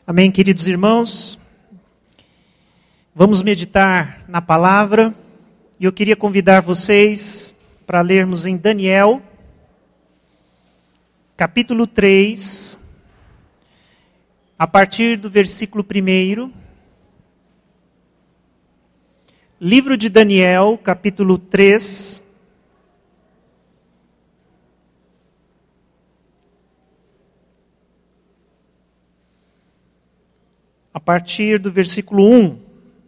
Amém, queridos irmãos. Vamos meditar na palavra e eu queria convidar vocês para lermos em Daniel, capítulo 3, a partir do versículo 1. Livro de Daniel, capítulo 3, a partir do versículo 1.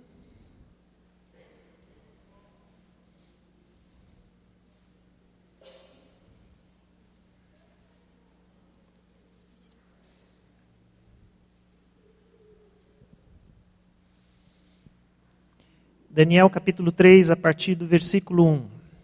Daniel capítulo 3, a partir do versículo 1.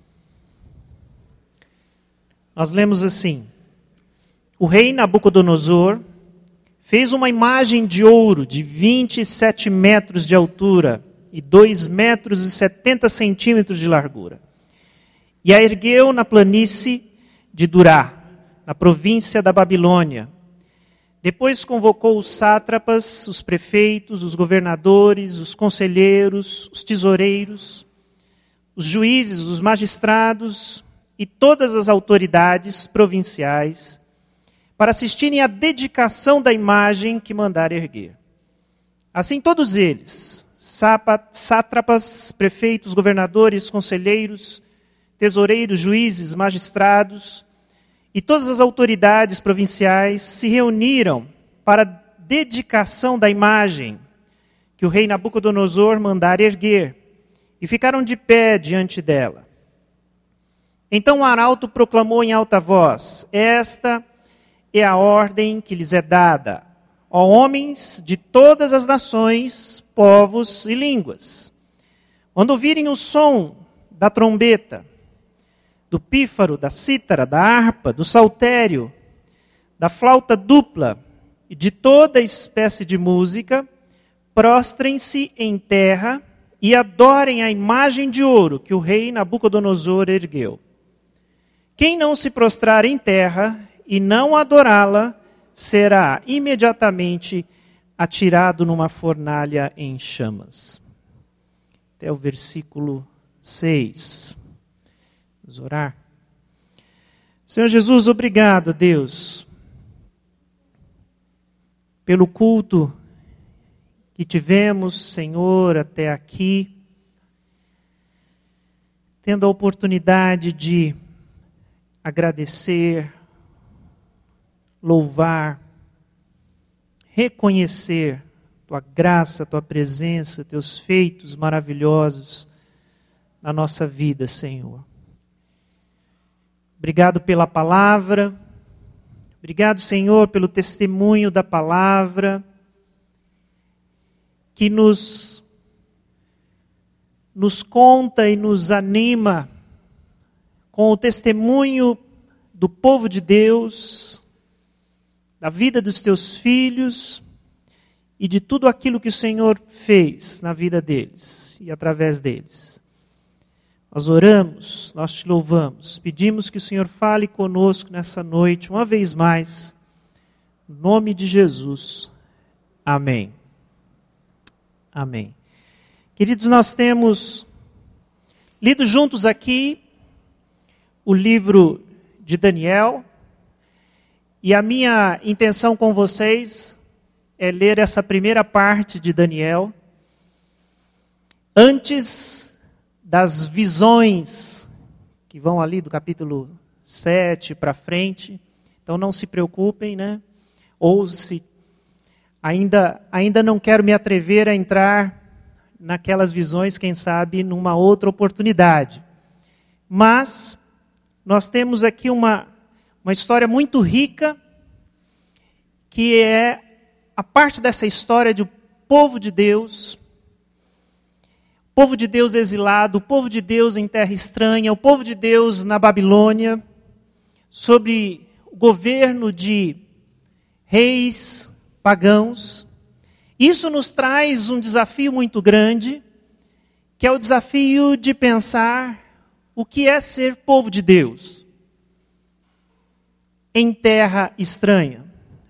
Nós lemos assim: O rei Nabucodonosor fez uma imagem de ouro de 27 metros de altura e 2 metros e 70 centímetros de largura. E a ergueu na planície de Durá, na província da Babilônia. Depois convocou os sátrapas, os prefeitos, os governadores, os conselheiros, os tesoureiros, os juízes, os magistrados e todas as autoridades provinciais para assistirem à dedicação da imagem que mandara erguer. Assim todos eles, sátrapas, prefeitos, governadores, conselheiros, tesoureiros, juízes, magistrados e todas as autoridades provinciais se reuniram para a dedicação da imagem que o rei Nabucodonosor mandara erguer e ficaram de pé diante dela. Então o arauto proclamou em alta voz: Esta é a ordem que lhes é dada, ó homens de todas as nações, povos e línguas. Quando ouvirem o som da trombeta, do pífaro, da cítara, da harpa, do saltério, da flauta dupla e de toda espécie de música, prostrem-se em terra e adorem a imagem de ouro que o rei Nabucodonosor ergueu. Quem não se prostrar em terra e não adorá-la, será imediatamente atirado numa fornalha em chamas. Até o versículo 6. Vamos orar. Senhor Jesus, obrigado, Deus, pelo culto que tivemos, Senhor, até aqui, tendo a oportunidade de agradecer, louvar, reconhecer Tua graça, Tua presença, Teus feitos maravilhosos na nossa vida, Senhor. Obrigado pela palavra, obrigado, Senhor, pelo testemunho da palavra, que nos conta e nos anima com o testemunho do povo de Deus, da vida dos Teus filhos e de tudo aquilo que o Senhor fez na vida deles e através deles. Nós oramos, nós Te louvamos, pedimos que o Senhor fale conosco nessa noite, uma vez mais, em nome de Jesus. Amém. Amém. Queridos, nós temos lido juntos aqui o livro de Daniel, e a minha intenção com vocês é ler essa primeira parte de Daniel, antes das visões que vão ali do capítulo 7 para frente. Então não se preocupem, né? Ou se ainda não quero me atrever a entrar naquelas visões, quem sabe numa outra oportunidade. Mas nós temos aqui uma história muito rica, que é a parte dessa história do povo de Deus exilado, o povo de Deus em terra estranha, o povo de Deus na Babilônia, sobre o governo de reis pagãos. Isso nos traz um desafio muito grande, que é o desafio de pensar o que é ser povo de Deus em terra estranha.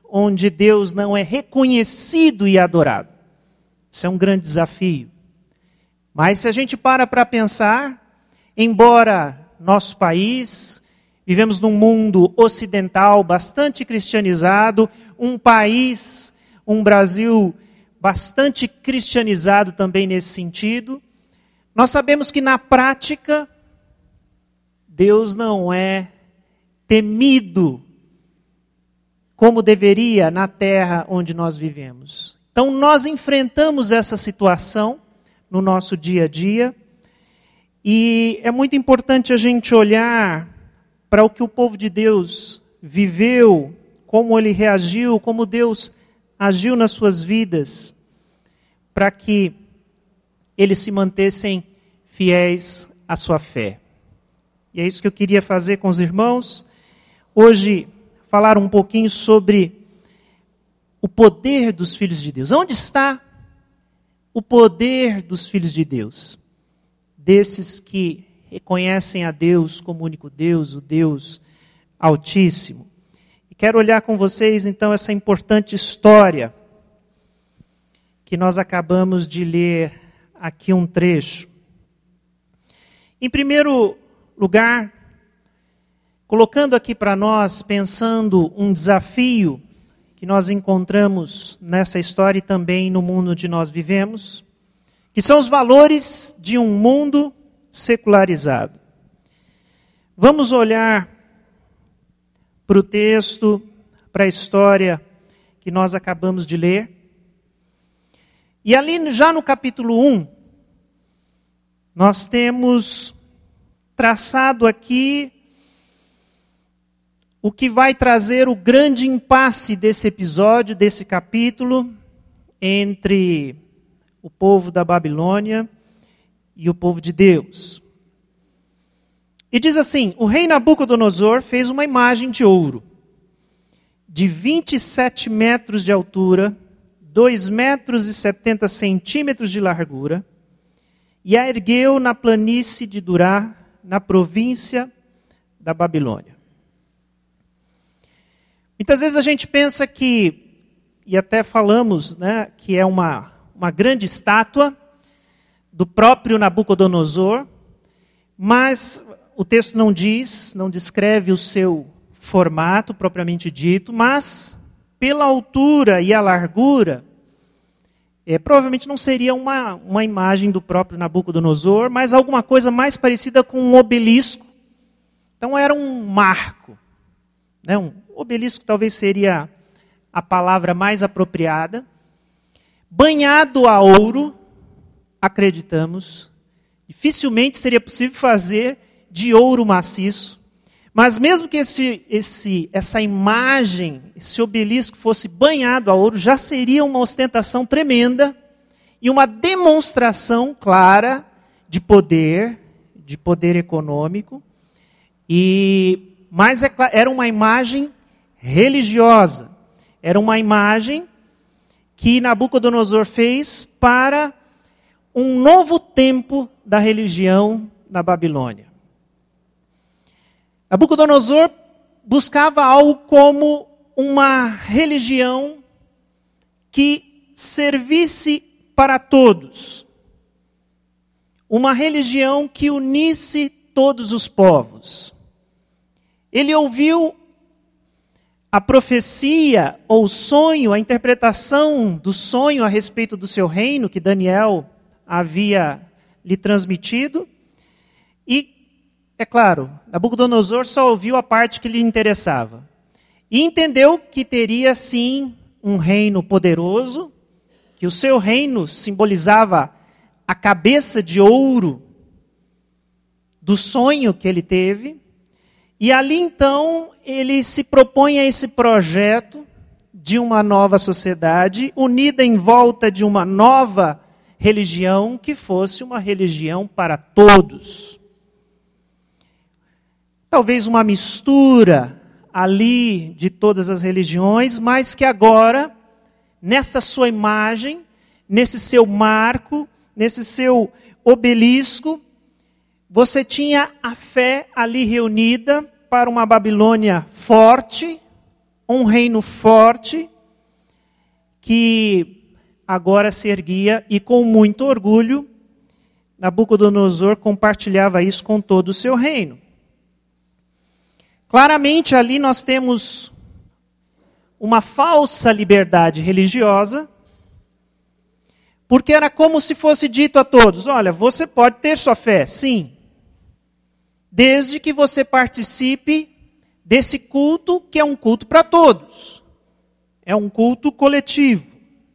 onde Deus não é reconhecido e adorado. Isso é um grande desafio. Mas se a gente para pensar, embora nosso país, vivemos num mundo ocidental bastante cristianizado, um país, um Brasil bastante cristianizado também nesse sentido, nós sabemos que na prática, Deus não é temido como deveria na terra onde nós vivemos. Então nós enfrentamos essa situação no nosso dia a dia e é muito importante a gente olhar para o que o povo de Deus viveu, como ele reagiu, como Deus agiu nas suas vidas, para que eles se mantessem fiéis à sua fé. E é isso que eu queria fazer com os irmãos. Hoje, falar um pouquinho sobre o poder dos filhos de Deus. Onde está o poder dos filhos de Deus? Desses que reconhecem a Deus como único Deus, o Deus Altíssimo. E quero olhar com vocês, então, essa importante história que nós acabamos de ler aqui um trecho. Em primeiro lugar, colocando aqui para nós, pensando um desafio que nós encontramos nessa história e também no mundo onde nós vivemos, que são os valores de um mundo secularizado. Vamos olhar para o texto, para a história que nós acabamos de ler. E ali, já no capítulo 1, nós temos traçado aqui o que vai trazer o grande impasse desse episódio, desse capítulo, entre o povo da Babilônia e o povo de Deus. E diz assim: o rei Nabucodonosor fez uma imagem de ouro, de 27 metros de altura, 2 metros e 70 centímetros de largura, e a ergueu na planície de Durá, na província da Babilônia. Muitas vezes a gente pensa que, e até falamos, né, que é uma grande estátua do próprio Nabucodonosor, mas o texto não diz, não descreve o seu formato propriamente dito, mas pela altura e a largura, provavelmente não seria uma imagem do próprio Nabucodonosor, mas alguma coisa mais parecida com um obelisco. Então era um marco, né? Um obelisco talvez seria a palavra mais apropriada, banhado a ouro, acreditamos. Dificilmente seria possível fazer de ouro maciço, mas mesmo que essa imagem, esse obelisco fosse banhado a ouro, já seria uma ostentação tremenda e uma demonstração clara de poder econômico. Mas era uma imagem religiosa, era uma imagem que Nabucodonosor fez para um novo tempo da religião na Babilônia. Nabucodonosor buscava algo como uma religião que servisse para todos. Uma religião que unisse todos os povos. Ele ouviu a profecia ou o sonho, a interpretação do sonho a respeito do seu reino, que Daniel havia lhe transmitido. E, é claro, Nabucodonosor só ouviu a parte que lhe interessava. E entendeu que teria, sim, um reino poderoso, que o seu reino simbolizava a cabeça de ouro do sonho que ele teve. E ali, então, ele se propõe a esse projeto de uma nova sociedade, unida em volta de uma nova religião, que fosse uma religião para todos. Talvez uma mistura ali de todas as religiões, mas que agora, nessa sua imagem, nesse seu marco, nesse seu obelisco, você tinha a fé ali reunida para uma Babilônia forte, um reino forte que agora se erguia e com muito orgulho Nabucodonosor compartilhava isso com todo o seu reino. Claramente ali nós temos uma falsa liberdade religiosa, porque era como se fosse dito a todos: olha, você pode ter sua fé, sim, desde que você participe desse culto, que é um culto para todos. É um culto coletivo.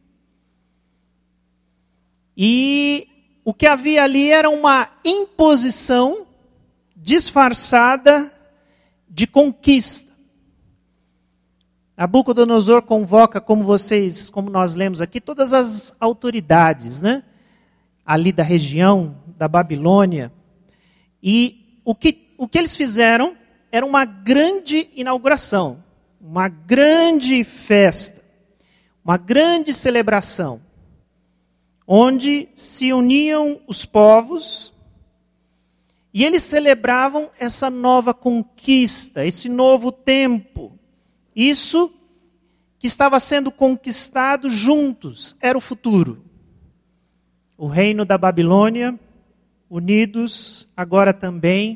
E o que havia ali era uma imposição disfarçada de conquista. Nabucodonosor convoca, como nós lemos aqui, todas as autoridades, né? Ali da região da Babilônia. E o que eles fizeram era uma grande inauguração, uma grande festa, uma grande celebração, onde se uniam os povos e eles celebravam essa nova conquista, esse novo tempo. Isso que estava sendo conquistado juntos era o futuro. O reino da Babilônia, unidos agora também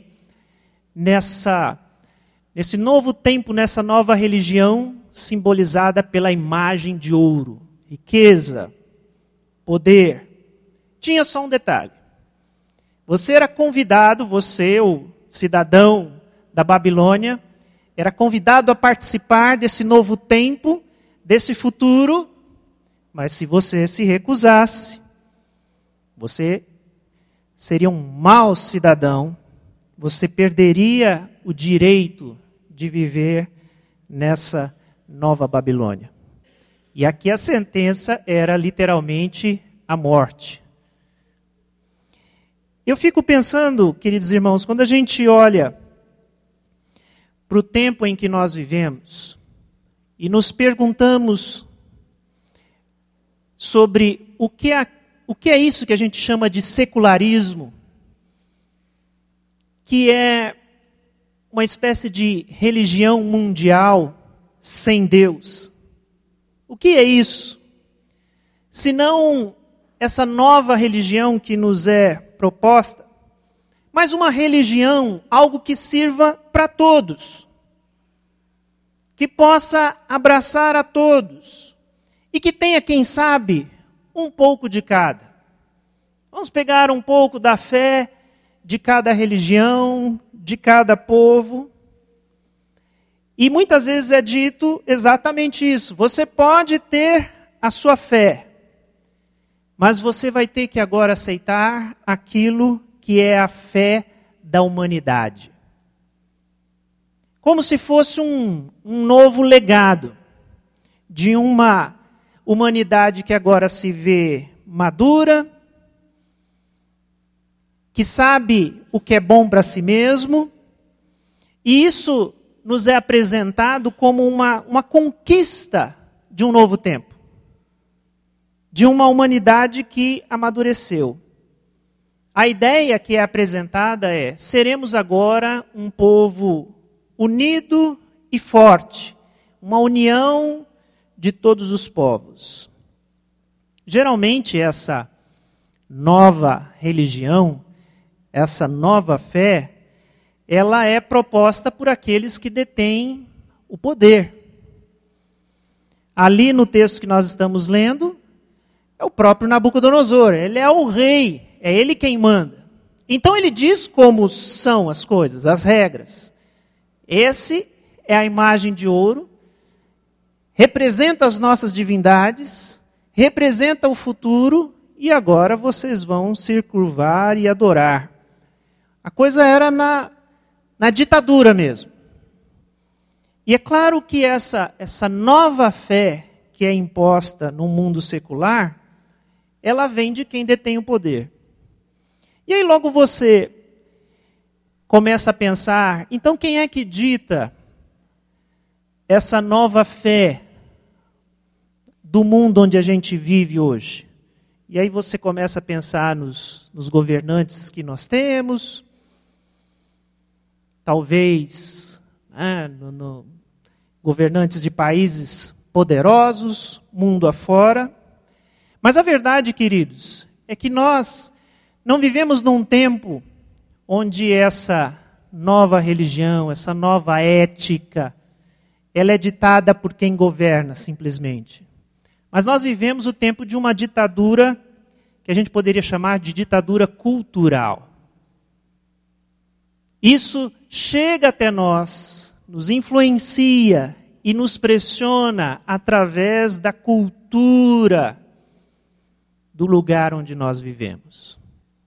nesse novo tempo, nessa nova religião simbolizada pela imagem de ouro, riqueza, poder. Tinha só um detalhe. Você era convidado, você, o cidadão da Babilônia, era convidado a participar desse novo tempo, desse futuro, mas se você se recusasse, você seria um mau cidadão, você perderia o direito de viver nessa nova Babilônia. E aqui a sentença era literalmente a morte. Eu fico pensando, queridos irmãos, quando a gente olha para o tempo em que nós vivemos e nos perguntamos sobre o que é isso que a gente chama de secularismo, que é uma espécie de religião mundial sem Deus. O que é isso? Senão essa nova religião que nos é proposta, mas uma religião, algo que sirva para todos, que possa abraçar a todos e que tenha, quem sabe, um pouco de cada. Vamos pegar um pouco da fé de cada religião, de cada povo. E muitas vezes é dito exatamente isso. Você pode ter a sua fé, mas você vai ter que agora aceitar aquilo que é a fé da humanidade. Como se fosse um novo legado de uma humanidade que agora se vê madura, que sabe o que é bom para si mesmo, e isso nos é apresentado como uma conquista de um novo tempo, de uma humanidade que amadureceu. A ideia que é apresentada é: seremos agora um povo unido e forte, uma união de todos os povos. Geralmente essa nova religião, essa nova fé, ela é proposta por aqueles que detêm o poder. Ali no texto que nós estamos lendo, é o próprio Nabucodonosor, ele é o rei, é ele quem manda. Então ele diz como são as coisas, as regras. Esse é a imagem de ouro, representa as nossas divindades, representa o futuro, e agora vocês vão se curvar e adorar. A coisa era na ditadura mesmo. E é claro que essa nova fé que é imposta no mundo secular, ela vem de quem detém o poder. E aí logo você começa a pensar, então quem é que dita essa nova fé do mundo onde a gente vive hoje? E aí você começa a pensar nos governantes que nós temos, talvez no governantes de países poderosos, mundo afora. Mas a verdade, queridos, é que nós não vivemos num tempo onde essa nova religião, essa nova ética, ela é ditada por quem governa, simplesmente. Mas nós vivemos o tempo de uma ditadura que a gente poderia chamar de ditadura cultural. Isso chega até nós, nos influencia e nos pressiona através da cultura do lugar onde nós vivemos.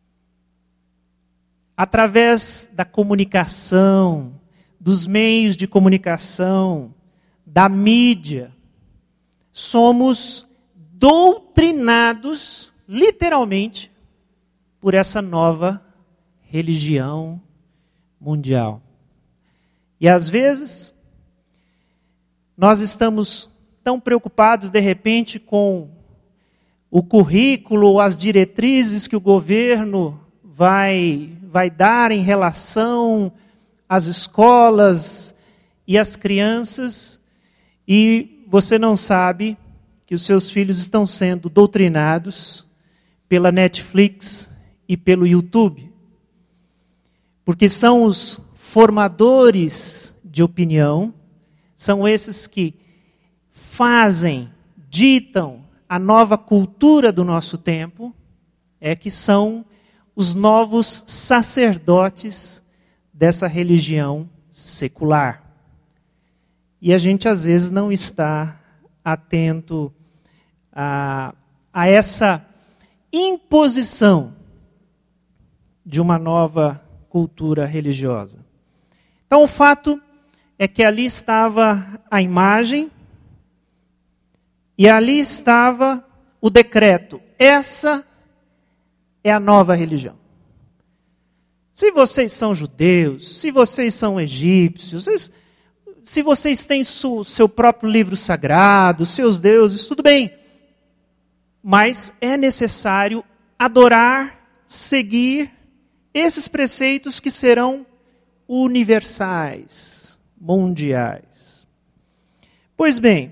Através da comunicação, dos meios de comunicação, da mídia, somos doutrinados, literalmente, por essa nova religião mundial. E às vezes, nós estamos tão preocupados, de repente, com o currículo ou as diretrizes que o governo vai dar em relação às escolas e às crianças, e você não sabe que os seus filhos estão sendo doutrinados pela Netflix e pelo YouTube. Porque são os formadores de opinião, são esses que fazem, ditam a nova cultura do nosso tempo, que são os novos sacerdotes dessa religião secular. E a gente às vezes não está atento a essa imposição de uma nova cultura religiosa. Então o fato é que ali estava a imagem e ali estava o decreto. Essa é a nova religião. Se vocês são judeus, se vocês são egípcios, se vocês têm seu próprio livro sagrado, seus deuses, tudo bem. Mas é necessário adorar, seguir esses preceitos que serão universais, mundiais. Pois bem,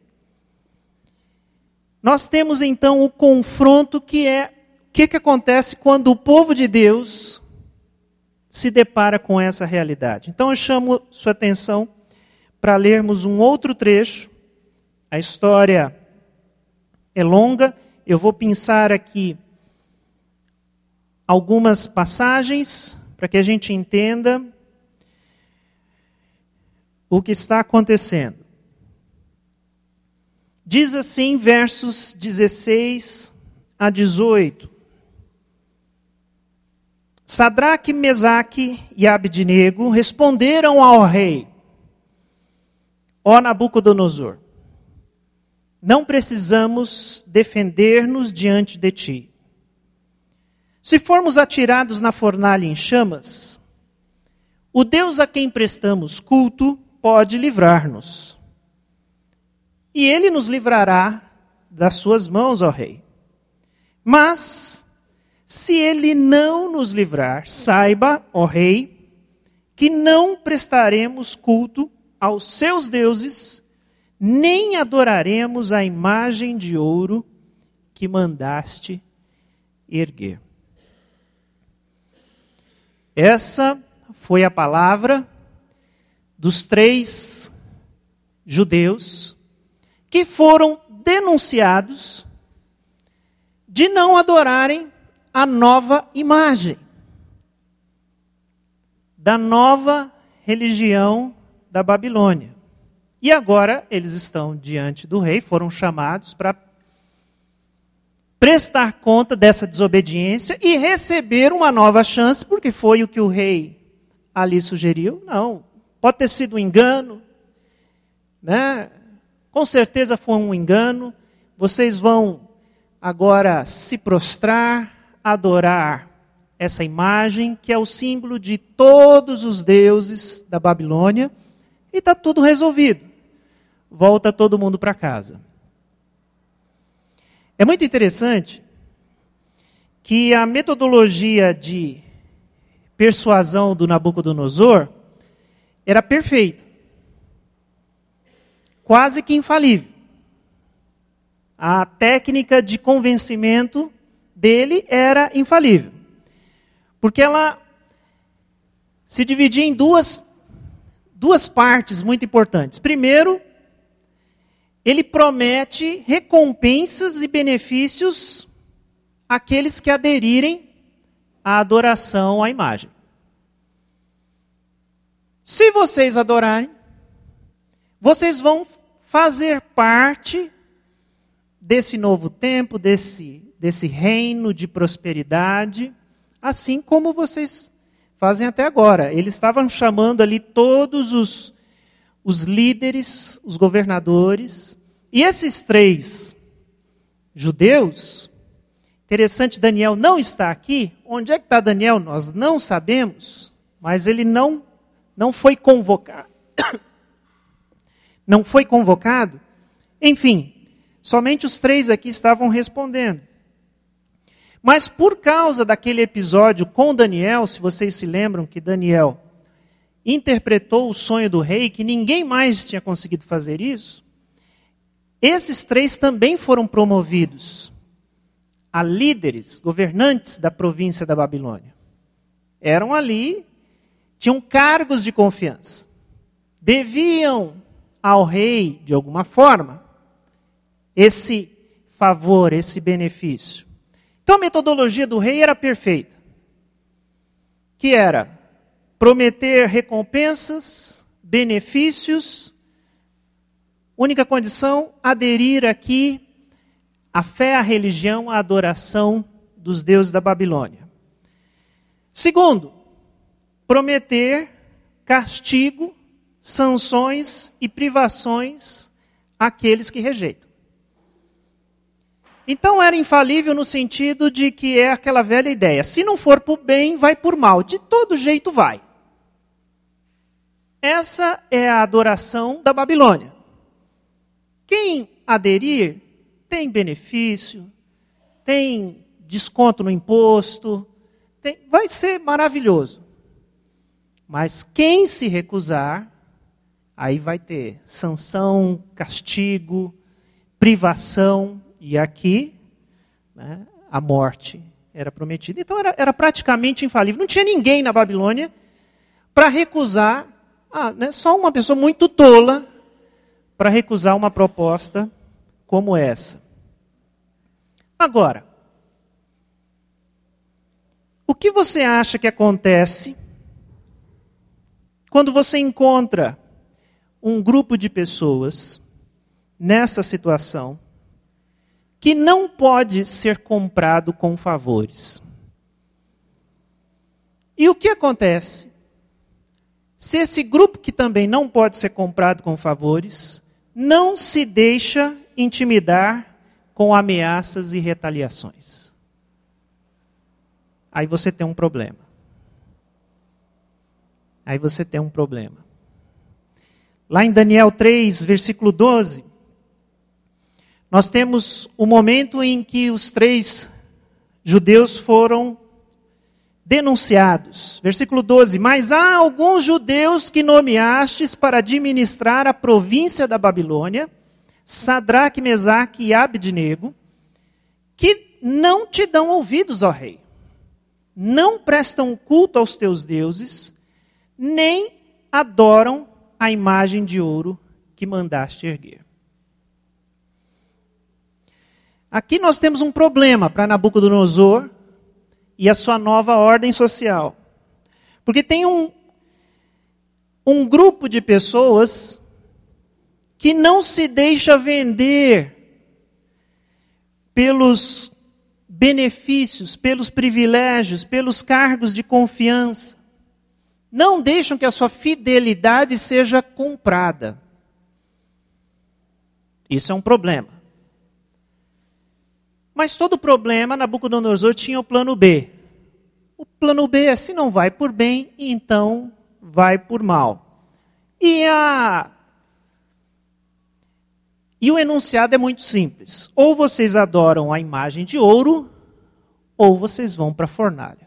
nós temos então o confronto que é o que acontece quando o povo de Deus se depara com essa realidade. Então eu chamo sua atenção para lermos um outro trecho. A história é longa, eu vou pensar aqui algumas passagens para que a gente entenda o que está acontecendo. Diz assim, versos 16 a 18. Sadraque, Mesaque e Abednego responderam ao rei: Ó Nabucodonosor, não precisamos defender-nos diante de ti. Se formos atirados na fornalha em chamas, o Deus a quem prestamos culto pode livrar-nos. E ele nos livrará das suas mãos, ó rei. Mas, se ele não nos livrar, saiba, ó rei, que não prestaremos culto aos seus deuses, nem adoraremos a imagem de ouro que mandaste erguer. Essa foi a palavra dos 3 judeus que foram denunciados de não adorarem a nova imagem da nova religião da Babilônia. E agora eles estão diante do rei, foram chamados para prestar conta dessa desobediência e receber uma nova chance, porque foi o que o rei ali sugeriu. Não, pode ter sido um engano, né? Com certeza foi um engano. Vocês vão agora se prostrar, adorar essa imagem, que é o símbolo de todos os deuses da Babilônia, e está tudo resolvido. Volta todo mundo para casa. É muito interessante que a metodologia de persuasão do Nabucodonosor era perfeita. quase que infalível. A técnica de convencimento dele era infalível. Porque ela se dividia em duas partes muito importantes. Primeiro, ele promete recompensas e benefícios àqueles que aderirem à adoração à imagem. Se vocês adorarem, vocês vão fazer parte desse novo tempo, desse reino de prosperidade, assim como vocês fazem até agora. Eles estavam chamando ali todos os líderes, os governadores, e esses 3 judeus, interessante, Daniel não está aqui. Onde é que está Daniel? Nós não sabemos, mas ele não foi convocado. Não foi convocado. Enfim, somente os 3 aqui estavam respondendo. Mas por causa daquele episódio com Daniel, se vocês se lembram que Daniel interpretou o sonho do rei, que ninguém mais tinha conseguido fazer isso, esses 3 também foram promovidos a líderes, governantes da província da Babilônia. Eram ali, tinham cargos de confiança. Deviam ao rei, de alguma forma, esse favor, esse benefício. Então a metodologia do rei era perfeita. Que era prometer recompensas, benefícios, única condição, aderir aqui à fé, à religião, à adoração dos deuses da Babilônia. Segundo, prometer castigo, sanções e privações àqueles que rejeitam. Então era infalível no sentido de que é aquela velha ideia. Se não for por bem, vai por mal. De todo jeito vai. Essa é a adoração da Babilônia. Quem aderir tem benefício, tem desconto no imposto, vai ser maravilhoso. Mas quem se recusar, aí vai ter sanção, castigo, privação. E aqui, né, a morte era prometida. Então era praticamente infalível. Não tinha ninguém na Babilônia para recusar, só uma pessoa muito tola para recusar uma proposta como essa. Agora, o que você acha que acontece quando você encontra um grupo de pessoas nessa situação que não pode ser comprado com favores? E o que acontece se esse grupo, que também não pode ser comprado com favores, não se deixa intimidar com ameaças e retaliações? Aí você tem um problema. Lá em Daniel 3, versículo 12, nós temos o momento em que os 3 judeus foram denunciados. Versículo 12. Mas há alguns judeus que nomeastes para administrar a província da Babilônia, Sadraque, Mesaque e Abednego, que não te dão ouvidos, ó rei. Não prestam culto aos teus deuses, nem adoram a imagem de ouro que mandaste erguer. Aqui nós temos um problema para Nabucodonosor e a sua nova ordem social. Porque tem um grupo de pessoas que não se deixa vender pelos benefícios, pelos privilégios, pelos cargos de confiança. Não deixam que a sua fidelidade seja comprada. Isso é um problema. Mas todo problema, Nabucodonosor tinha o plano B. O plano B é: se não vai por bem, então vai por mal. E o enunciado é muito simples. Ou vocês adoram a imagem de ouro, ou vocês vão para a fornalha.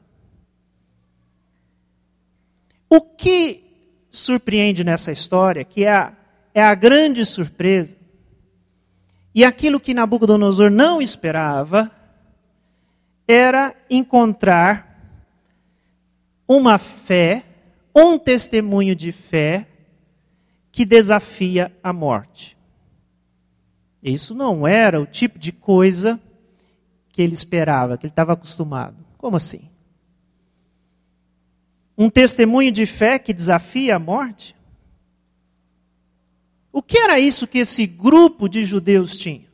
O que surpreende nessa história, que é é a grande surpresa. E aquilo que Nabucodonosor não esperava era encontrar uma fé, um testemunho de fé que desafia a morte. Isso não era o tipo de coisa que ele esperava, que ele estava acostumado. Como assim? Um testemunho de fé que desafia a morte? O que era isso que esse grupo de judeus tinha?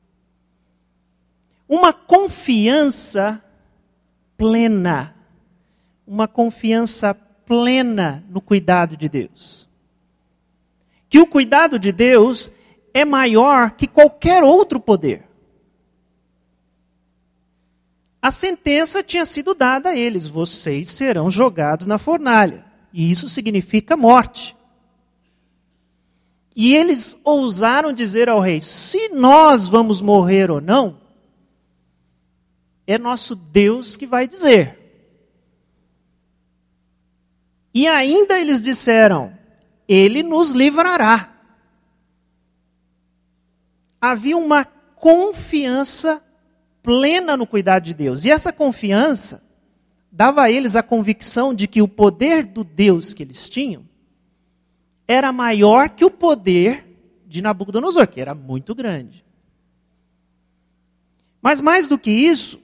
Uma confiança plena. Uma confiança plena no cuidado de Deus. Que o cuidado de Deus é maior que qualquer outro poder. A sentença tinha sido dada a eles: vocês serão jogados na fornalha. E isso significa morte. E eles ousaram dizer ao rei: se nós vamos morrer ou não, é nosso Deus que vai dizer. E ainda eles disseram: Ele nos livrará. Havia uma confiança plena no cuidado de Deus. E essa confiança dava a eles a convicção de que o poder do Deus que eles tinham era maior que o poder de Nabucodonosor, que era muito grande. Mas mais do que isso,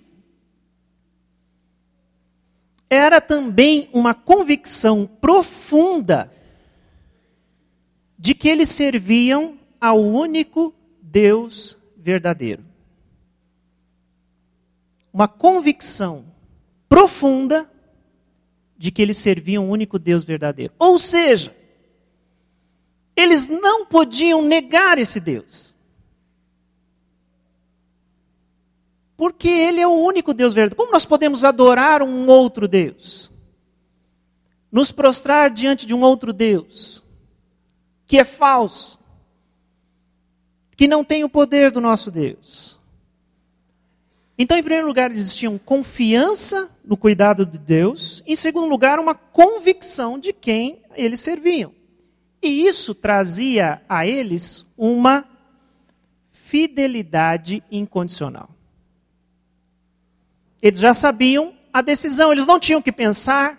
era também uma convicção profunda de que eles serviam ao único Deus verdadeiro. Uma convicção profunda de que eles serviam o único Deus verdadeiro. Ou seja, eles não podiam negar esse Deus. Porque Ele é o único Deus verdadeiro. Como nós podemos adorar um outro Deus? Nos prostrar diante de um outro Deus que é falso, que não tem o poder do nosso Deus. Então, em primeiro lugar, eles tinham confiança no cuidado de Deus. Em segundo lugar, uma convicção de quem eles serviam. E isso trazia a eles uma fidelidade incondicional. Eles já sabiam a decisão, eles não tinham que pensar.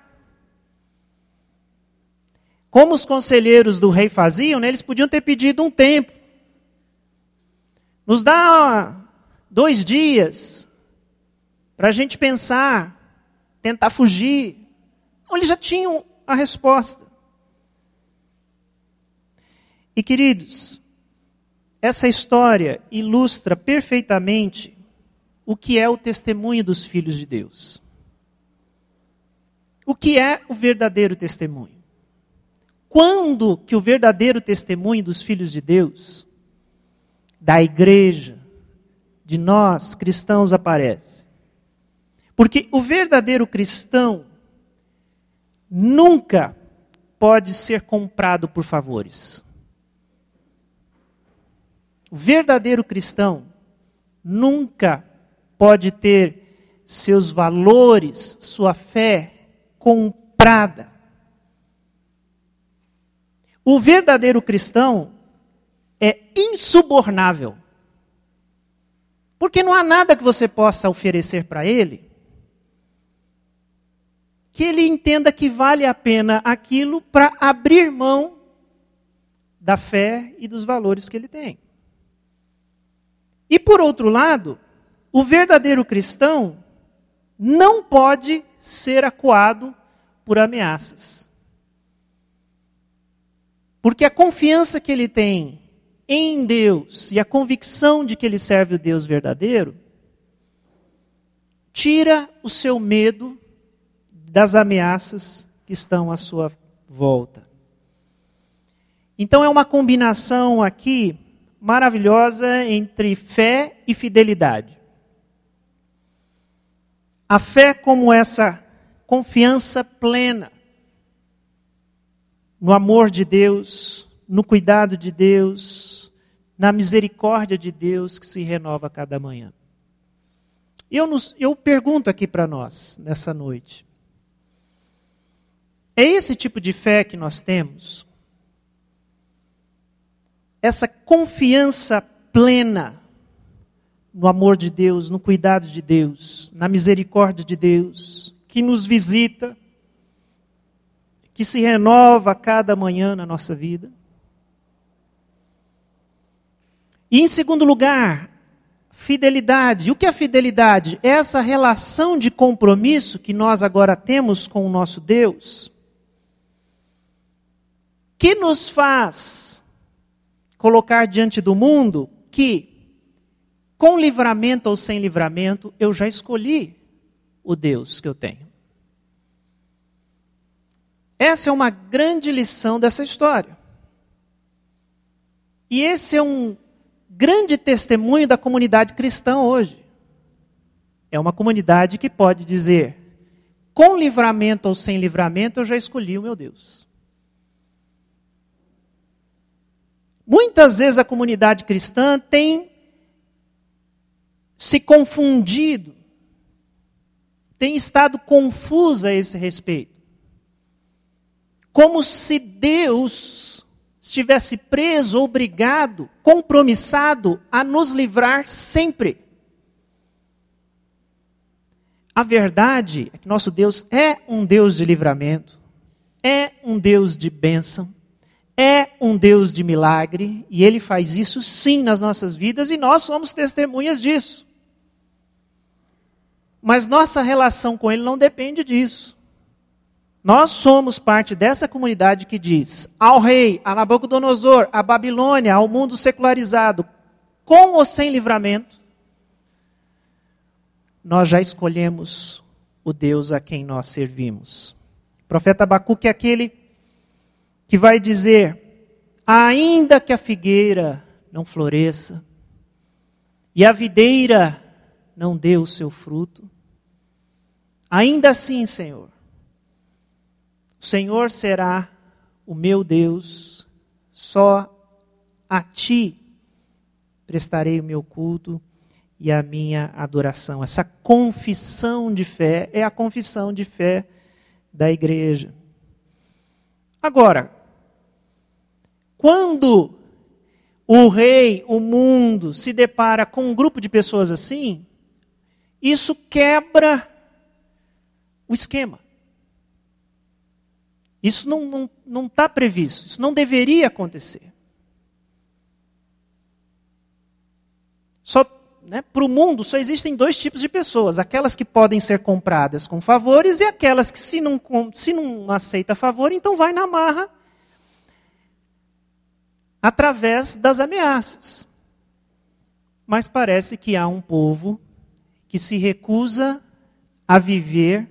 Como os conselheiros do rei faziam, né, eles podiam ter pedido um tempo. Nos dá 2 dias para a gente pensar, tentar fugir. Então, eles já tinham a resposta. E queridos, essa história ilustra perfeitamente o que é o testemunho dos filhos de Deus. O que é o verdadeiro testemunho? Quando que o verdadeiro testemunho dos filhos de Deus, da igreja, de nós cristãos aparece? Porque o verdadeiro cristão nunca pode ser comprado por favores. O verdadeiro cristão nunca pode ter seus valores, sua fé comprada. O verdadeiro cristão é insubornável. Porque não há nada que você possa oferecer para ele que ele entenda que vale a pena aquilo para abrir mão da fé e dos valores que ele tem. E por outro lado, o verdadeiro cristão não pode ser acuado por ameaças. Porque a confiança que ele tem em Deus e a convicção de que ele serve o Deus verdadeiro tira o seu medo das ameaças que estão à sua volta. Então é uma combinação aqui maravilhosa entre fé e fidelidade. A fé como essa confiança plena no amor de Deus, no cuidado de Deus, na misericórdia de Deus que se renova a cada manhã. Eu pergunto aqui para nós, nessa noite, é esse tipo de fé que nós temos? essa confiança plena no amor de Deus, no cuidado de Deus, na misericórdia de Deus, que nos visita, que se renova a cada manhã na nossa vida. E em segundo lugar, fidelidade. O que é fidelidade? É essa relação de compromisso que nós agora temos com o nosso Deus, que nos faz colocar diante do mundo que, com livramento ou sem livramento, eu já escolhi o Deus que eu tenho. Essa é uma grande lição dessa história. E esse é um grande testemunho da comunidade cristã hoje. É uma comunidade que pode dizer, com livramento ou sem livramento, eu já escolhi o meu Deus. Muitas vezes a comunidade cristã tem se confundido, tem estado confusa a esse respeito. Como se Deus estivesse preso, obrigado, compromissado a nos livrar sempre. A verdade é que nosso Deus é um Deus de livramento, é um Deus de bênção, é um Deus de milagre, e Ele faz isso sim nas nossas vidas, e nós somos testemunhas disso. Mas nossa relação com Ele não depende disso. Nós somos parte dessa comunidade que diz ao rei, a Nabucodonosor, a Babilônia, ao mundo secularizado, com ou sem livramento, nós já escolhemos o Deus a quem nós servimos. O profeta Abacuque é aquele que vai dizer, ainda que a figueira não floresça, e a videira não dê o seu fruto, ainda assim, Senhor, o Senhor será o meu Deus, só a Ti prestarei o meu culto e a minha adoração. Essa confissão de fé é a confissão de fé da igreja. Agora, quando o rei, o mundo, se depara com um grupo de pessoas assim, isso quebra o esquema. Isso não está previsto, isso não deveria acontecer. Para o mundo só existem dois tipos de pessoas, aquelas que podem ser compradas com favores e aquelas que se não aceita favor, então vai na marra através das ameaças. Mas parece que há um povo que se recusa a viver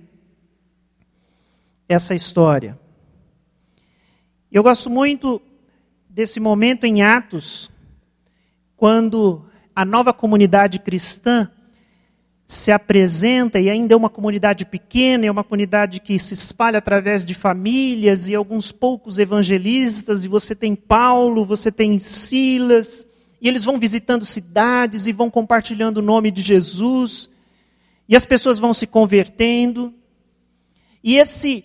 essa história. Eu gosto muito desse momento em Atos, quando a nova comunidade cristã se apresenta, e ainda é uma comunidade pequena, é uma comunidade que se espalha através de famílias e alguns poucos evangelistas, e você tem Paulo, você tem Silas, e eles vão visitando cidades e vão compartilhando o nome de Jesus, e as pessoas vão se convertendo, e esse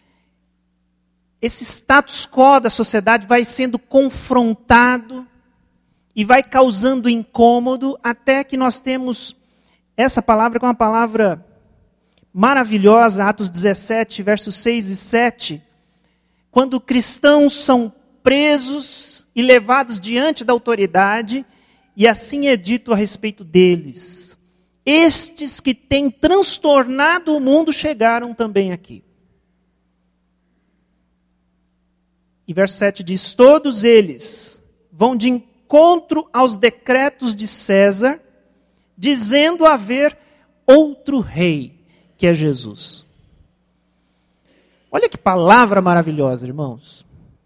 status quo da sociedade vai sendo confrontado e vai causando incômodo, até que nós temos essa palavra, que é uma palavra maravilhosa, Atos 17, versos 6 e 7, quando cristãos são presos e levados diante da autoridade, e assim é dito a respeito deles: estes que têm transtornado o mundo chegaram também aqui. E verso 7 diz, todos eles vão de encontro aos decretos de César, dizendo haver outro rei, que é Jesus. Olha que palavra maravilhosa, irmãos.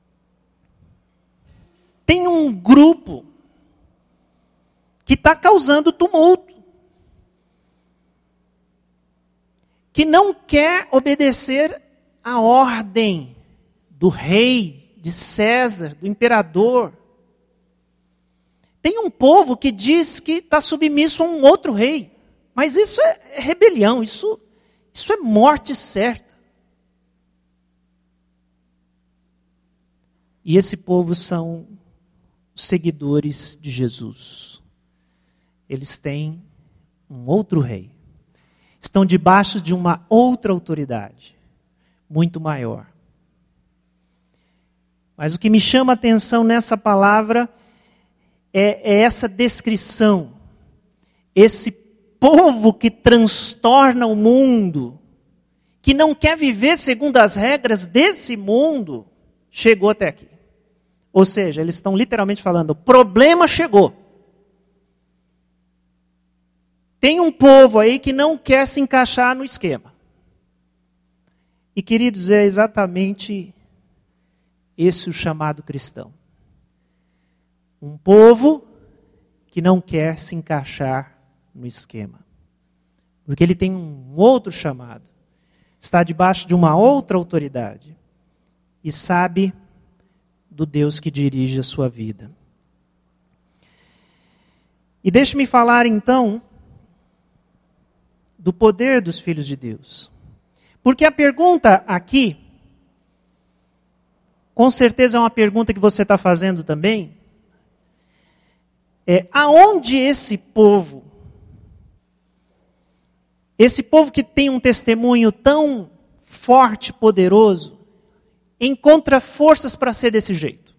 Tem um grupo que está causando tumulto, que não quer obedecer à ordem do rei, de César, do imperador. Tem um povo que diz que está submisso a um outro rei. Mas isso é rebelião, isso é morte certa. E esse povo são os seguidores de Jesus. Eles têm um outro rei. Estão debaixo de uma outra autoridade, muito maior. Mas o que me chama a atenção nessa palavra é essa descrição. Esse povo que transtorna o mundo, que não quer viver segundo as regras desse mundo, chegou até aqui. Ou seja, eles estão literalmente falando, o problema chegou. Tem um povo aí que não quer se encaixar no esquema. E, queridos, é exatamente esse o chamado cristão. Um povo que não quer se encaixar no esquema. Porque ele tem um outro chamado. Está debaixo de uma outra autoridade. E sabe do Deus que dirige a sua vida. E deixe-me falar então do poder dos filhos de Deus. Porque a pergunta aqui, com certeza é uma pergunta que você está fazendo também, aonde esse povo que tem um testemunho tão forte, poderoso, encontra forças para ser desse jeito?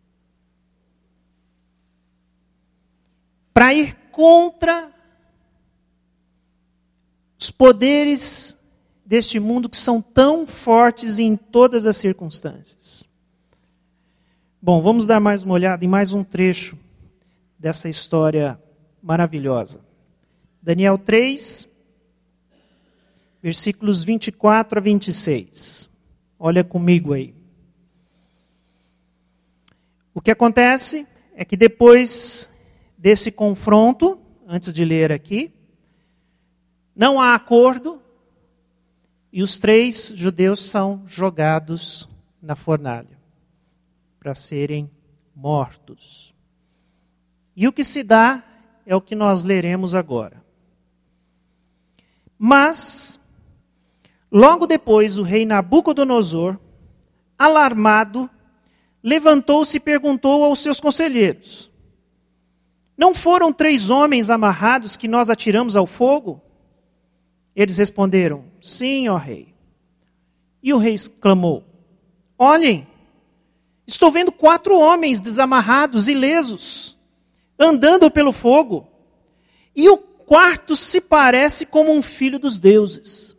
Para ir contra os poderes deste mundo que são tão fortes em todas as circunstâncias. Bom, vamos dar mais uma olhada em mais um trecho dessa história maravilhosa. Daniel 3, versículos 24 a 26. Olha comigo aí. O que acontece é que depois desse confronto, antes de ler aqui, não há acordo e os 3 judeus são jogados na fornalha para serem mortos. E o que se dá é o que nós leremos agora. Mas, logo depois, o rei Nabucodonosor, alarmado, levantou-se e perguntou aos seus conselheiros: não foram 3 homens amarrados que nós atiramos ao fogo? Eles responderam: sim, ó rei. E o rei exclamou: olhem, estou vendo 4 homens desamarrados, ilesos, andando pelo fogo, e o quarto se parece como um filho dos deuses.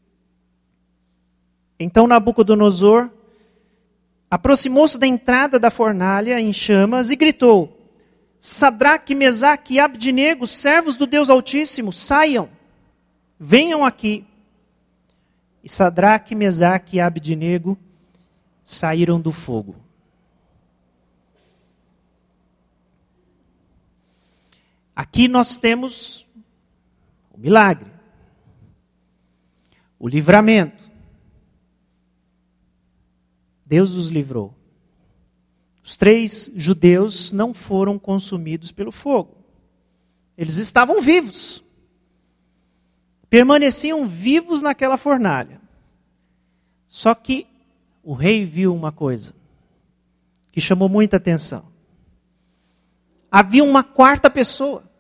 Então Nabucodonosor aproximou-se da entrada da fornalha em chamas e gritou: Sadraque, Mesaque e Abdinego, servos do Deus Altíssimo, saiam, venham aqui. E Sadraque, Mesaque e Abdinego saíram do fogo. Aqui nós temos o milagre, o livramento. Deus os livrou. Os 3 judeus não foram consumidos pelo fogo. Eles estavam vivos. Permaneciam vivos naquela fornalha. Só que o rei viu uma coisa que chamou muita atenção. Havia uma 4ª pessoa.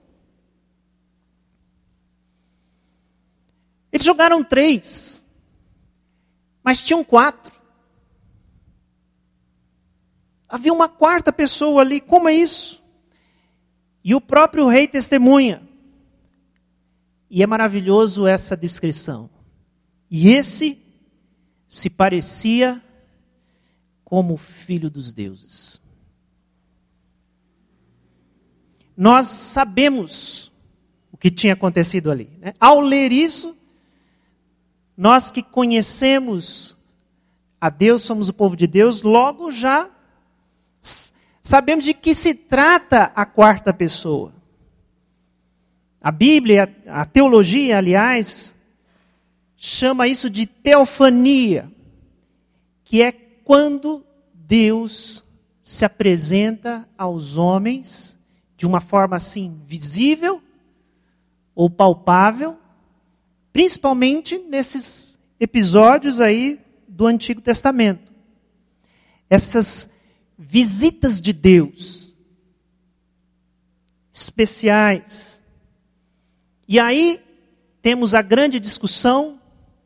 Eles jogaram 3, mas tinham 4. Havia uma 4ª pessoa ali, como é isso? E o próprio rei testemunha. E é maravilhoso essa descrição. E esse se parecia como filho dos deuses. Nós sabemos o que tinha acontecido ali, né? Ao ler isso, nós que conhecemos a Deus, somos o povo de Deus, logo já sabemos de que se trata a 4ª pessoa. A Bíblia, a teologia, aliás, chama isso de teofania, que é quando Deus se apresenta aos homens de uma forma assim visível ou palpável, principalmente nesses episódios aí do Antigo Testamento. Essas visitas de Deus, especiais. E aí temos a grande discussão,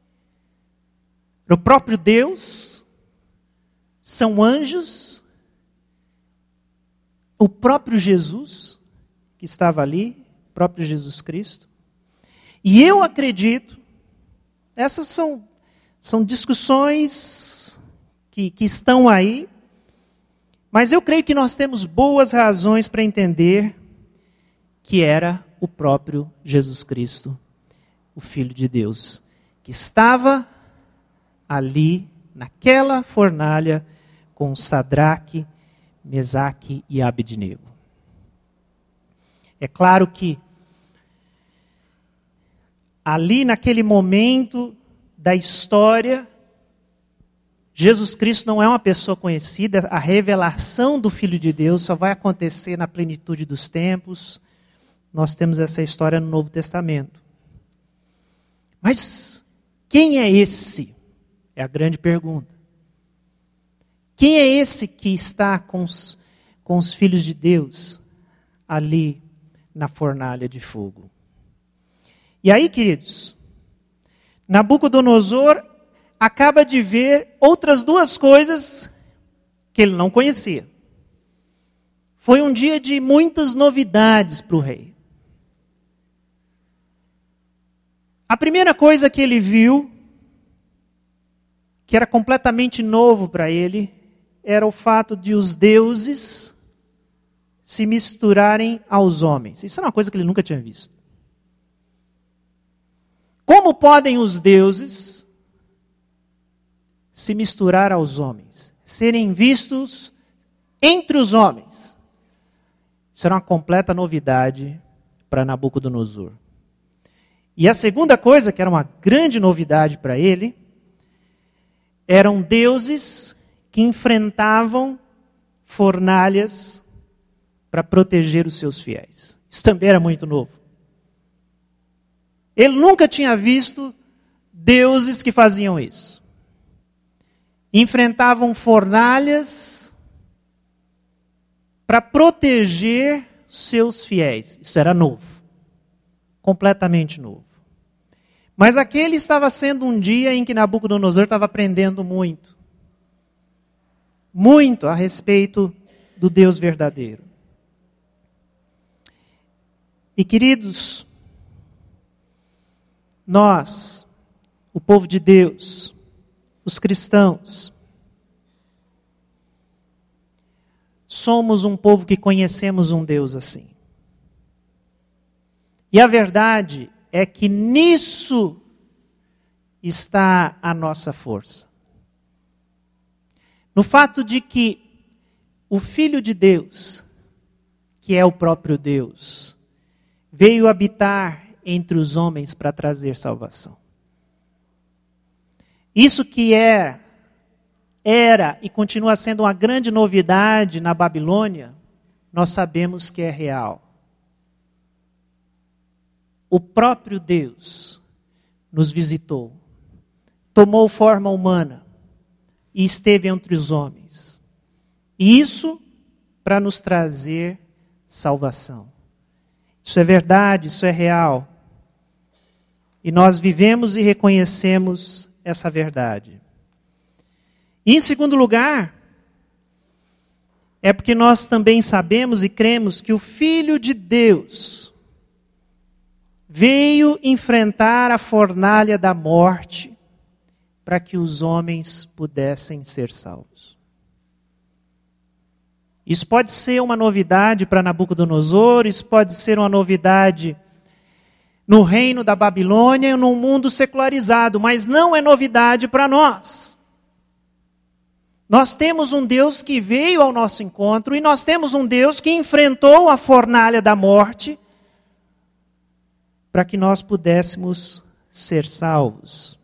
o próprio Deus, são anjos, o próprio Jesus, que estava ali, o próprio Jesus Cristo. E eu acredito, essas são discussões que estão aí, mas eu creio que nós temos boas razões para entender que era o próprio Jesus Cristo, o Filho de Deus, que estava ali, naquela fornalha, com Sadraque, Mesaque e Abednego. É claro que ali naquele momento da história, Jesus Cristo não é uma pessoa conhecida, a revelação do Filho de Deus só vai acontecer na plenitude dos tempos. Nós temos essa história no Novo Testamento. Mas quem é esse? É a grande pergunta. Quem é esse que está com os filhos de Deus ali na fornalha de fogo? E aí, queridos, Nabucodonosor acaba de ver outras duas coisas que ele não conhecia. Foi um dia de muitas novidades para o rei. A primeira coisa que ele viu, que era completamente novo para ele, era o fato de os deuses se misturarem aos homens. Isso é uma coisa que ele nunca tinha visto. Como podem os deuses se misturar aos homens? Serem vistos entre os homens? Isso era uma completa novidade para Nabucodonosor. E a segunda coisa, que era uma grande novidade para ele, eram deuses que enfrentavam fornalhas para proteger os seus fiéis. Isso também era muito novo. Ele nunca tinha visto deuses que faziam isso. Enfrentavam fornalhas para proteger seus fiéis. Isso era novo. Completamente novo. Mas aquele estava sendo um dia em que Nabucodonosor estava aprendendo muito. Muito a respeito do Deus verdadeiro. E queridos, nós, o povo de Deus, os cristãos, somos um povo que conhecemos um Deus assim. E a verdade é que nisso está a nossa força. No fato de que o Filho de Deus, que é o próprio Deus, veio habitar entre os homens para trazer salvação. Isso que era e continua sendo uma grande novidade na Babilônia, nós sabemos que é real. O próprio Deus nos visitou, tomou forma humana e esteve entre os homens. E isso para nos trazer salvação. Isso é verdade, isso é real. E nós vivemos e reconhecemos essa verdade. E em segundo lugar, é porque nós também sabemos e cremos que o Filho de Deus veio enfrentar a fornalha da morte para que os homens pudessem ser salvos. Isso pode ser uma novidade para Nabucodonosor, isso pode ser uma novidade no reino da Babilônia e num mundo secularizado, mas não é novidade para nós. Nós temos um Deus que veio ao nosso encontro e nós temos um Deus que enfrentou a fornalha da morte para que nós pudéssemos ser salvos.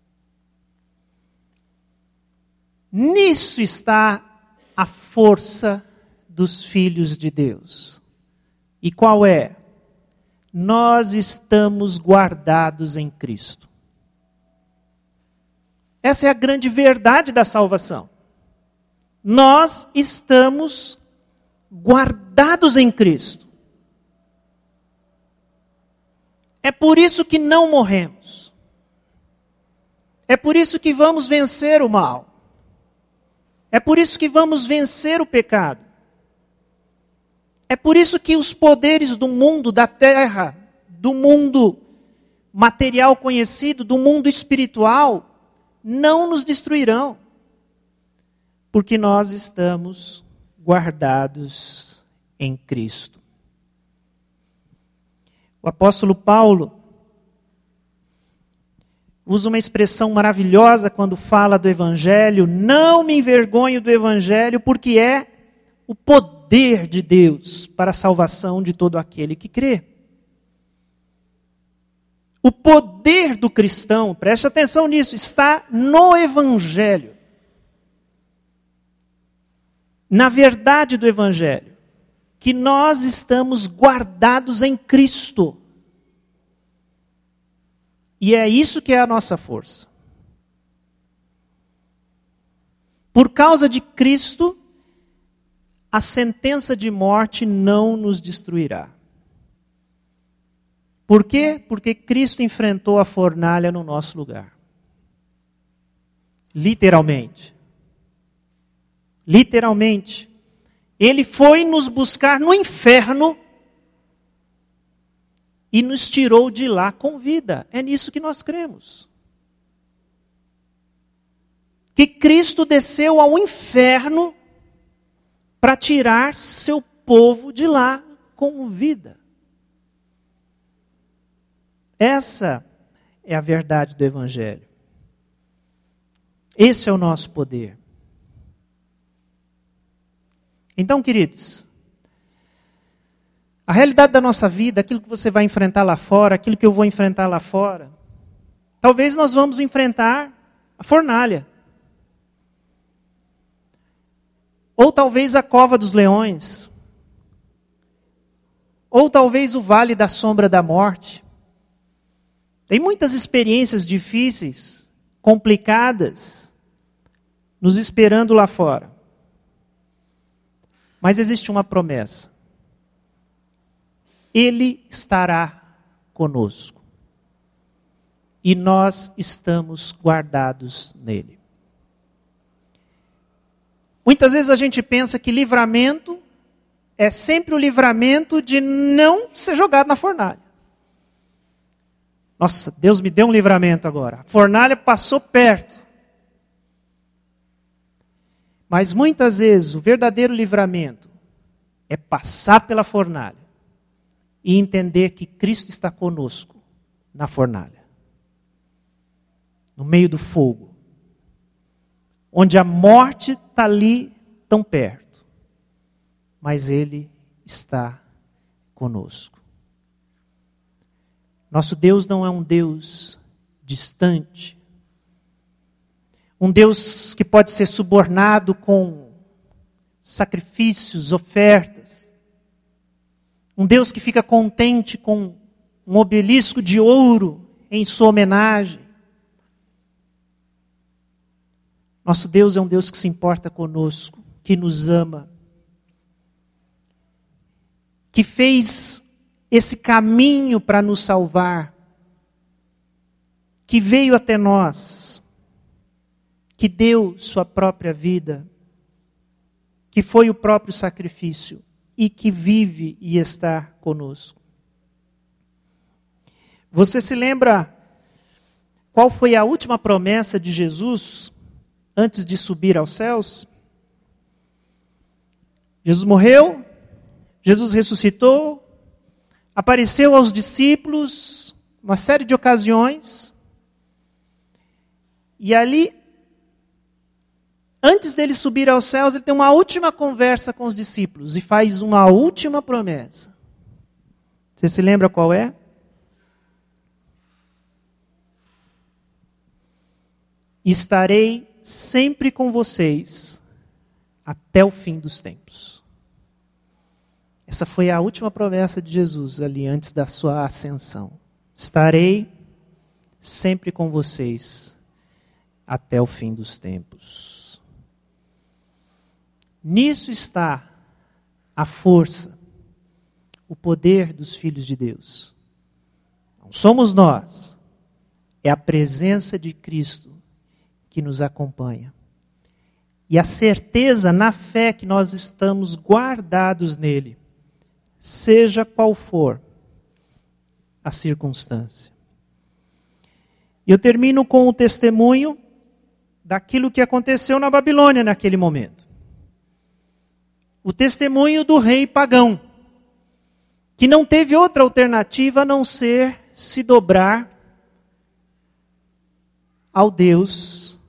Nisso está a força dos filhos de Deus. E qual é? Nós estamos guardados em Cristo. Essa é a grande verdade da salvação. nós estamos guardados em Cristo. É por isso que não morremos. É por isso que vamos vencer o mal. É por isso que vamos vencer o pecado. É por isso que os poderes do mundo, da terra, do mundo material conhecido, do mundo espiritual, não nos destruirão. Porque nós estamos guardados em Cristo. O apóstolo Paulo usa uma expressão maravilhosa quando fala do Evangelho: não me envergonho do Evangelho, porque é o poder de Deus para a salvação de todo aquele que crê. O poder do cristão, preste atenção nisso, está no Evangelho. Na verdade do Evangelho, que nós estamos guardados em Cristo. E é isso que é a nossa força. Por causa de Cristo, a sentença de morte não nos destruirá. Por quê? Porque Cristo enfrentou a fornalha no nosso lugar. Literalmente. Literalmente. Ele foi nos buscar no inferno e nos tirou de lá com vida. É nisso que nós cremos. Que Cristo desceu ao inferno para tirar seu povo de lá com vida. Essa é a verdade do Evangelho. Esse é o nosso poder. Então, queridos, a realidade da nossa vida, aquilo que você vai enfrentar lá fora, aquilo que eu vou enfrentar lá fora, talvez nós vamos enfrentar a fornalha. Ou talvez a cova dos leões. Ou talvez o vale da sombra da morte. Tem muitas experiências difíceis, complicadas, nos esperando lá fora. Mas existe uma promessa. Ele estará conosco. E nós estamos guardados nele. Muitas vezes a gente pensa que livramento é sempre o livramento de não ser jogado na fornalha. Nossa, Deus me deu um livramento agora. A fornalha passou perto. Mas muitas vezes o verdadeiro livramento é passar pela fornalha e entender que Cristo está conosco na fornalha. No meio do fogo. Onde a morte está ali tão perto. Mas Ele está conosco. Nosso Deus não é um Deus distante. Um Deus que pode ser subornado com sacrifícios, ofertas. Um Deus que fica contente com um obelisco de ouro em sua homenagem. Nosso Deus é um Deus que se importa conosco, que nos ama, que fez esse caminho para nos salvar, que veio até nós, que deu sua própria vida, que foi o próprio sacrifício e que vive e está conosco. Você se lembra qual foi a última promessa de Jesus antes de subir aos céus? Jesus morreu, Jesus ressuscitou, apareceu aos discípulos uma série de ocasiões. E ali, antes dele subir aos céus, ele tem uma última conversa com os discípulos e faz uma última promessa. Você se lembra qual é? Estarei sempre com vocês até o fim dos tempos. Essa foi a última promessa de Jesus ali antes da sua ascensão. Estarei sempre com vocês até o fim dos tempos. Nisso está a força, o poder dos filhos de Deus. Não somos nós, é a presença de Cristo que nos acompanha. E a certeza na fé que nós estamos guardados nele, seja qual for a circunstância. E eu termino com o testemunho daquilo que aconteceu na Babilônia naquele momento. O testemunho do rei pagão, que não teve outra alternativa a não ser se dobrar ao Deus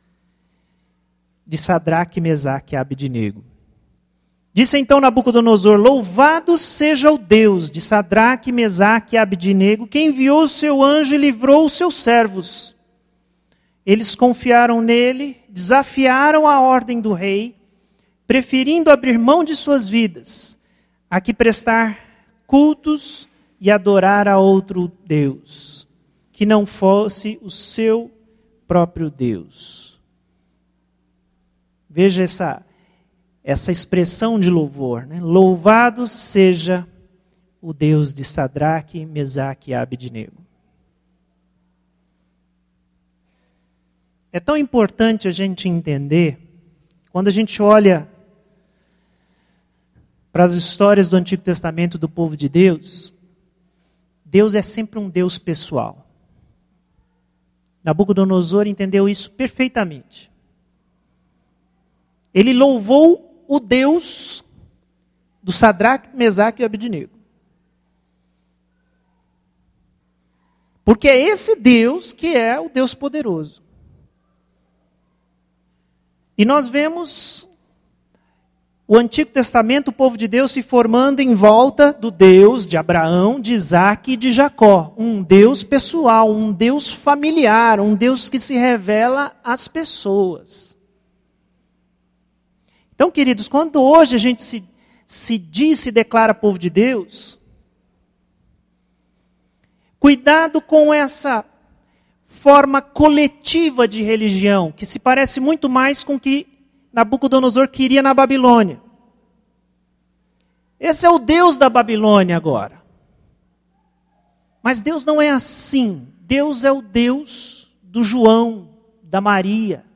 de Sadraque, Mesaque e Abednego. Disse então Nabucodonosor: louvado seja o Deus de Sadraque, Mesaque e Abednego, que enviou o seu anjo e livrou os seus servos. Eles confiaram nele, desafiaram a ordem do rei, preferindo abrir mão de suas vidas, a que prestar cultos e adorar a outro Deus, que não fosse o seu próprio Deus. Veja essa expressão de louvor, né? Louvado seja o Deus de Sadraque, Mesaque e Abednego. É tão importante a gente entender, quando a gente olha para as histórias do Antigo Testamento do povo de Deus, Deus é sempre um Deus pessoal. Nabucodonosor entendeu isso perfeitamente. Ele louvou o Deus do Sadraque, Mesaque e Abednego. Porque é esse Deus que é o Deus poderoso. E nós vemos o Antigo Testamento, o povo de Deus se formando em volta do Deus de Abraão, de Isaque e de Jacó. Um Deus pessoal, um Deus familiar, um Deus que se revela às pessoas. Então, queridos, quando hoje a gente se declara povo de Deus, cuidado com essa forma coletiva de religião, que se parece muito mais com o que Nabucodonosor queria na Babilônia. Esse é o Deus da Babilônia agora. Mas Deus não é assim. Deus é o Deus do João, da Maria.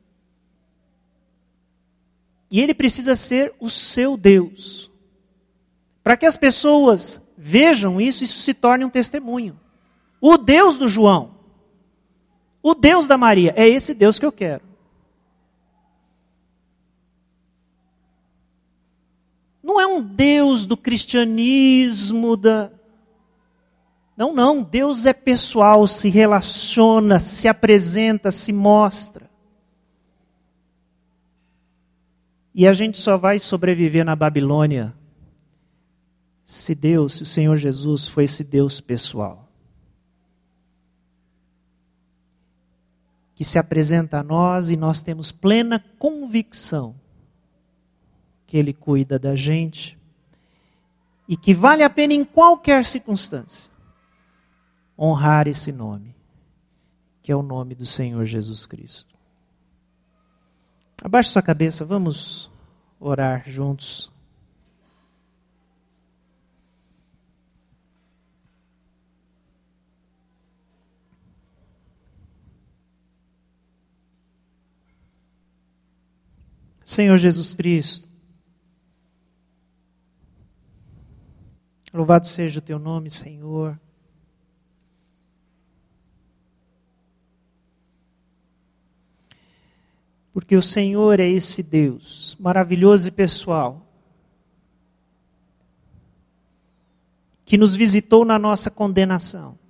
E Ele precisa ser o seu Deus. Para que as pessoas vejam isso se torne um testemunho. O Deus do João, o Deus da Maria, é esse Deus que eu quero. Não é um Deus do cristianismo, Não, Deus é pessoal, se relaciona, se apresenta, se mostra. E a gente só vai sobreviver na Babilônia se o Senhor Jesus foi esse Deus pessoal. Que se apresenta a nós e nós temos plena convicção que Ele cuida da gente e que vale a pena em qualquer circunstância honrar esse nome, que é o nome do Senhor Jesus Cristo. Abaixe sua cabeça, vamos orar juntos. Senhor Jesus Cristo, louvado seja o Teu nome, Senhor. Porque o Senhor é esse Deus maravilhoso e pessoal, que nos visitou na nossa condenação.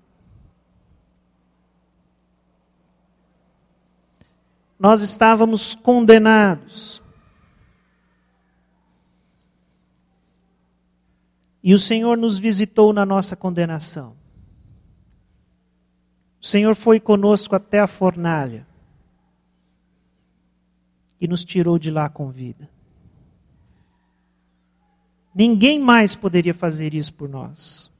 Nós estávamos condenados. E o Senhor nos visitou na nossa condenação. O Senhor foi conosco até a fornalha e nos tirou de lá com vida. Ninguém mais poderia fazer isso por nós.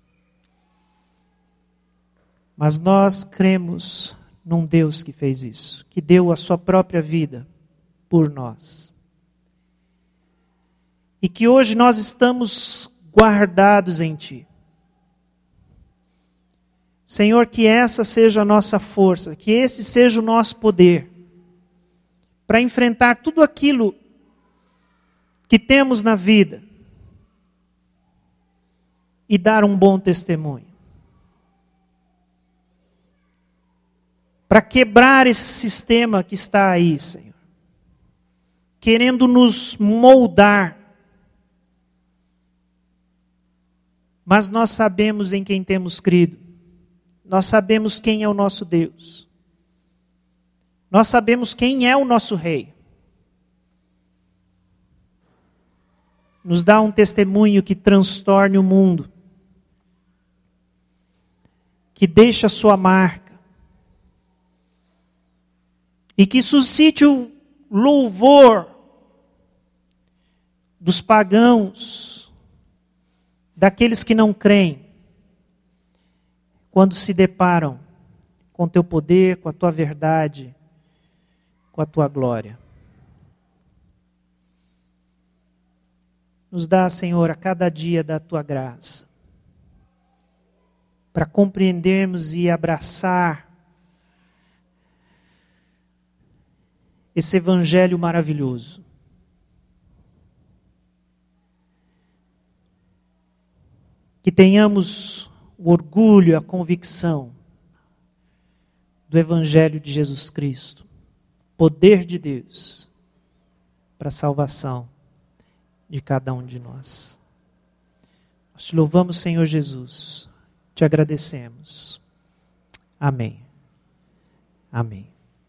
Mas nós cremos num Deus que fez isso, que deu a sua própria vida por nós. e que hoje nós estamos guardados em Ti. Senhor, que essa seja a nossa força, que esse seja o nosso poder para enfrentar tudo aquilo que temos na vida e dar um bom testemunho. Para quebrar esse sistema que está aí, Senhor, querendo nos moldar. Mas nós sabemos em quem temos crido. Nós sabemos quem é o nosso Deus. Nós sabemos quem é o nosso Rei. Nos dá um testemunho que transtorne o mundo. Que deixe a sua marca. E que suscite o louvor dos pagãos, daqueles que não creem, quando se deparam com o teu poder, com a tua verdade, com a tua glória. Nos dá, Senhor, a cada dia da tua graça, para compreendermos e abraçar esse evangelho maravilhoso. Que tenhamos o orgulho, a convicção do evangelho de Jesus Cristo, poder de Deus para a salvação de cada um de nós. Nós te louvamos, Senhor Jesus, te agradecemos. Amém. Amém.